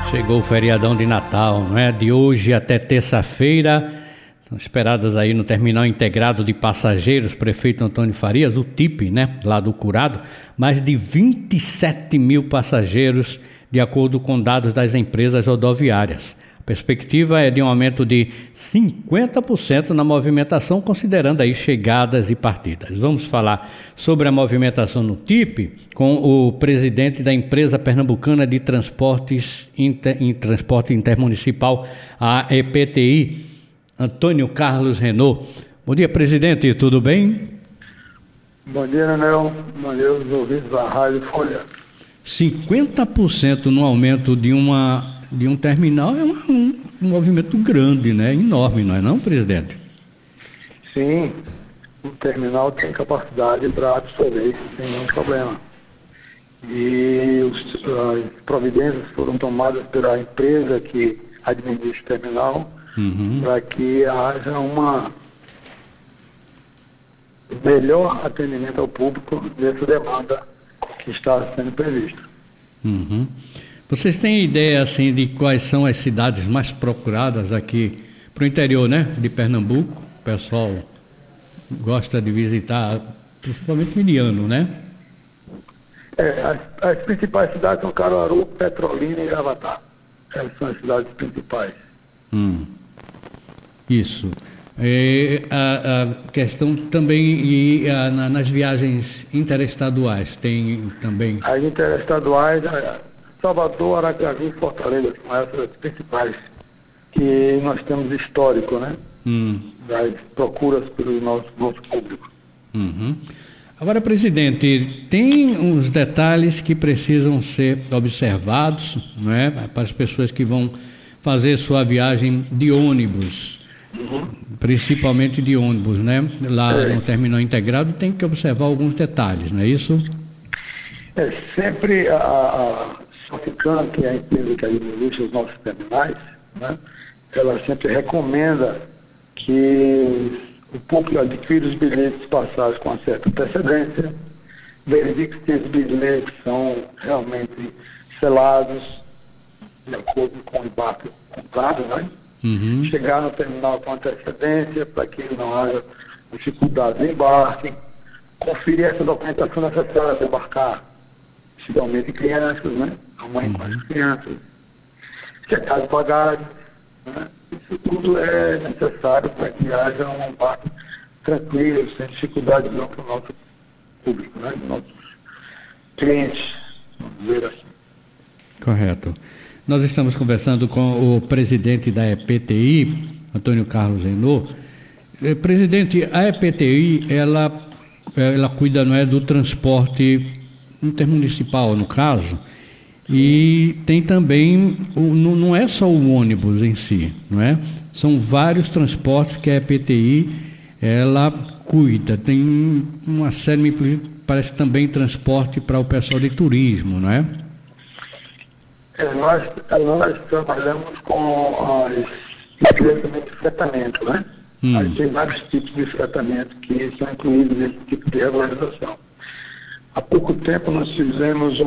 Chegou o feriadão de Natal, não é? De hoje até terça-feira, estão esperadas aí no Terminal Integrado de Passageiros, prefeito Antônio Farias, o TIP, né? Lá do Curado, mais de 27 mil passageiros, de acordo com dados das empresas rodoviárias. A perspectiva é de um aumento de 50% na movimentação, considerando aí chegadas e partidas. Vamos falar sobre a movimentação no TIP com o presidente da empresa pernambucana de transporte intermunicipal, a EPTI, Antônio Carlos Renault. Bom dia, presidente, tudo bem? Bom dia, Nenel. Bom dia aos ouvintes da Rádio Folha. 50% no aumento de um terminal é um movimento grande, né? Enorme, não é não, presidente? Sim, o terminal tem capacidade para absorver sem nenhum problema. E as providências foram tomadas pela empresa que administra o terminal para que haja uma melhor atendimento ao público dessa demanda que está sendo prevista. Vocês têm ideia assim de quais são as cidades mais procuradas aqui para o interior, né, de Pernambuco? O pessoal gosta de visitar, principalmente miliano, né? As principais cidades são Caruaru, Petrolina e Gravatá. Essas são as cidades principais. Isso. A questão também nas viagens interestaduais tem também. As interestaduais, Salvador, Aracaju e Fortaleza são essas as principais que nós temos histórico, né? Das procuras pelo nosso público. Agora, presidente, tem uns detalhes que precisam ser observados, não é? Para as pessoas que vão fazer sua viagem de ônibus, principalmente de ônibus, né? Lá no terminal integrado tem que observar alguns detalhes, não é isso? Sempre a Soficam, que é a empresa que administra os nossos terminais, né? Ela sempre recomenda que o público adquira os bilhetes passados com uma certa antecedência, verifique se esses bilhetes são realmente selados de acordo com o embarque comprado, né? Chegar no terminal com antecedência para que não haja dificuldade de embarque, conferir essa documentação necessária para embarcar, principalmente crianças, né? A mãe com as crianças, checar as bagagens, né? Isso tudo é necessário para que haja um embarque tranquilo, sem dificuldade não para o nosso público, né? Nossos clientes, vamos dizer assim. Correto. Nós estamos conversando com o presidente da EPTI, Antônio Carlos Renault. Presidente, a EPTI, ela cuida, não é, do transporte intermunicipal, no caso, e tem também, não é só o ônibus em si, não é? São vários transportes que a EPTI, ela cuida. Tem uma série, parece também transporte para o pessoal de turismo, não é? Nós trabalhamos com as empresas de fretamento, né? Tem vários tipos de fretamento que são incluídos nesse tipo de regularização. Há pouco tempo nós fizemos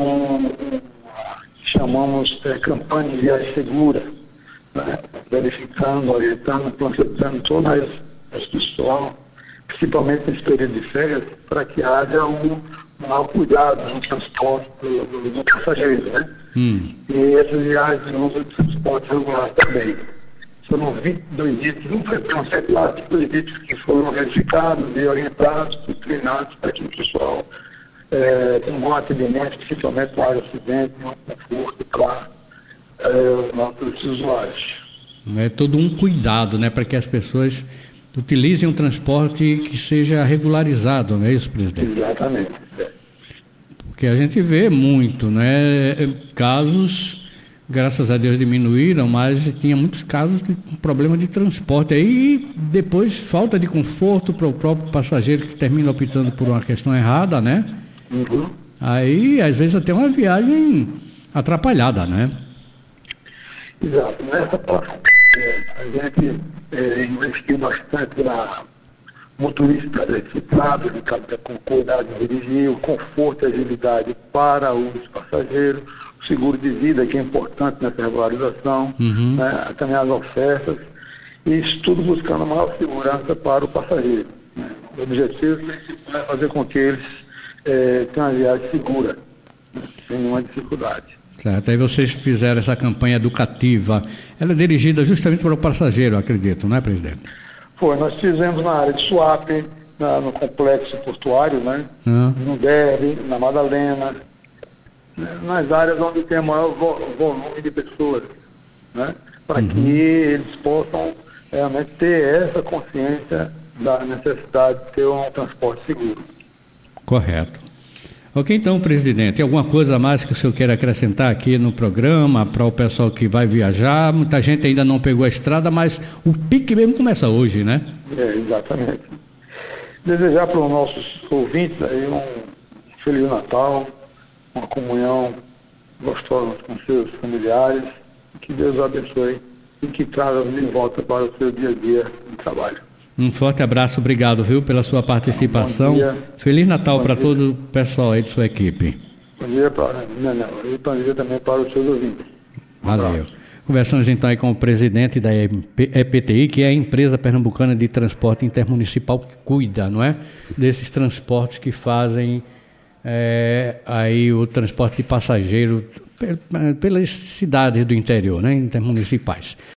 chamamos campanha de viagem segura, né? Verificando, orientando, concentrando todas as pessoas, principalmente nesse período de férias, para que haja um maior cuidado no transporte do passageiro, né? E essas viagens no uso de transporte regular também. Foram 22 itens, não foi tão certo lá, tipos de itens que foram verificados e orientados, treinados para que o pessoal tenha um bom atendimento, principalmente para o acidente, um conforto para os nossos usuários. É todo um cuidado, né, para que as pessoas utilizem um transporte que seja regularizado, não é isso, presidente? Exatamente. Porque a gente vê muito, né, casos, graças a Deus diminuíram, mas tinha muitos casos de problema de transporte. Aí depois falta de conforto para o próprio passageiro que termina optando por uma questão errada, né? Aí às vezes até uma viagem atrapalhada, né? Exato. Nessa parte a gente investiu bastante na motorista reciclado, com cuidado de dirigir, o conforto e agilidade para os passageiros, seguro de vida, que é importante nessa regularização, né? Também as ofertas, e isso tudo buscando maior segurança para o passageiro, né? O objetivo é fazer com que eles tenham uma viagem segura, né? Sem nenhuma dificuldade. Certo, aí vocês fizeram essa campanha educativa, ela é dirigida justamente para o passageiro, acredito, não é, presidente? Foi, nós fizemos na área de Suape, no complexo portuário, né? No Derby, na Madalena, né? Nas áreas onde tem maior volume de pessoas, né? Para que eles possam realmente ter essa consciência da necessidade de ter um transporte seguro. Correto. Ok, então, presidente, tem alguma coisa a mais que o senhor queira acrescentar aqui no programa para o pessoal que vai viajar? Muita gente ainda não pegou a estrada, mas o pique mesmo começa hoje, né? Exatamente. Desejar para os nossos ouvintes aí um Feliz Natal, uma comunhão gostosa com seus familiares, que Deus abençoe e que traga de volta para o seu dia a dia de trabalho. Um forte abraço, obrigado, viu, pela sua participação. Feliz Natal para todo o pessoal aí de sua equipe. Bom dia e bom dia também para os seus ouvintes. Valeu. Conversamos então aí com o presidente da EPTI, que é a empresa pernambucana de transporte intermunicipal que cuida, não é, desses transportes que fazem aí o transporte de passageiro pelas cidades do interior, né, intermunicipais.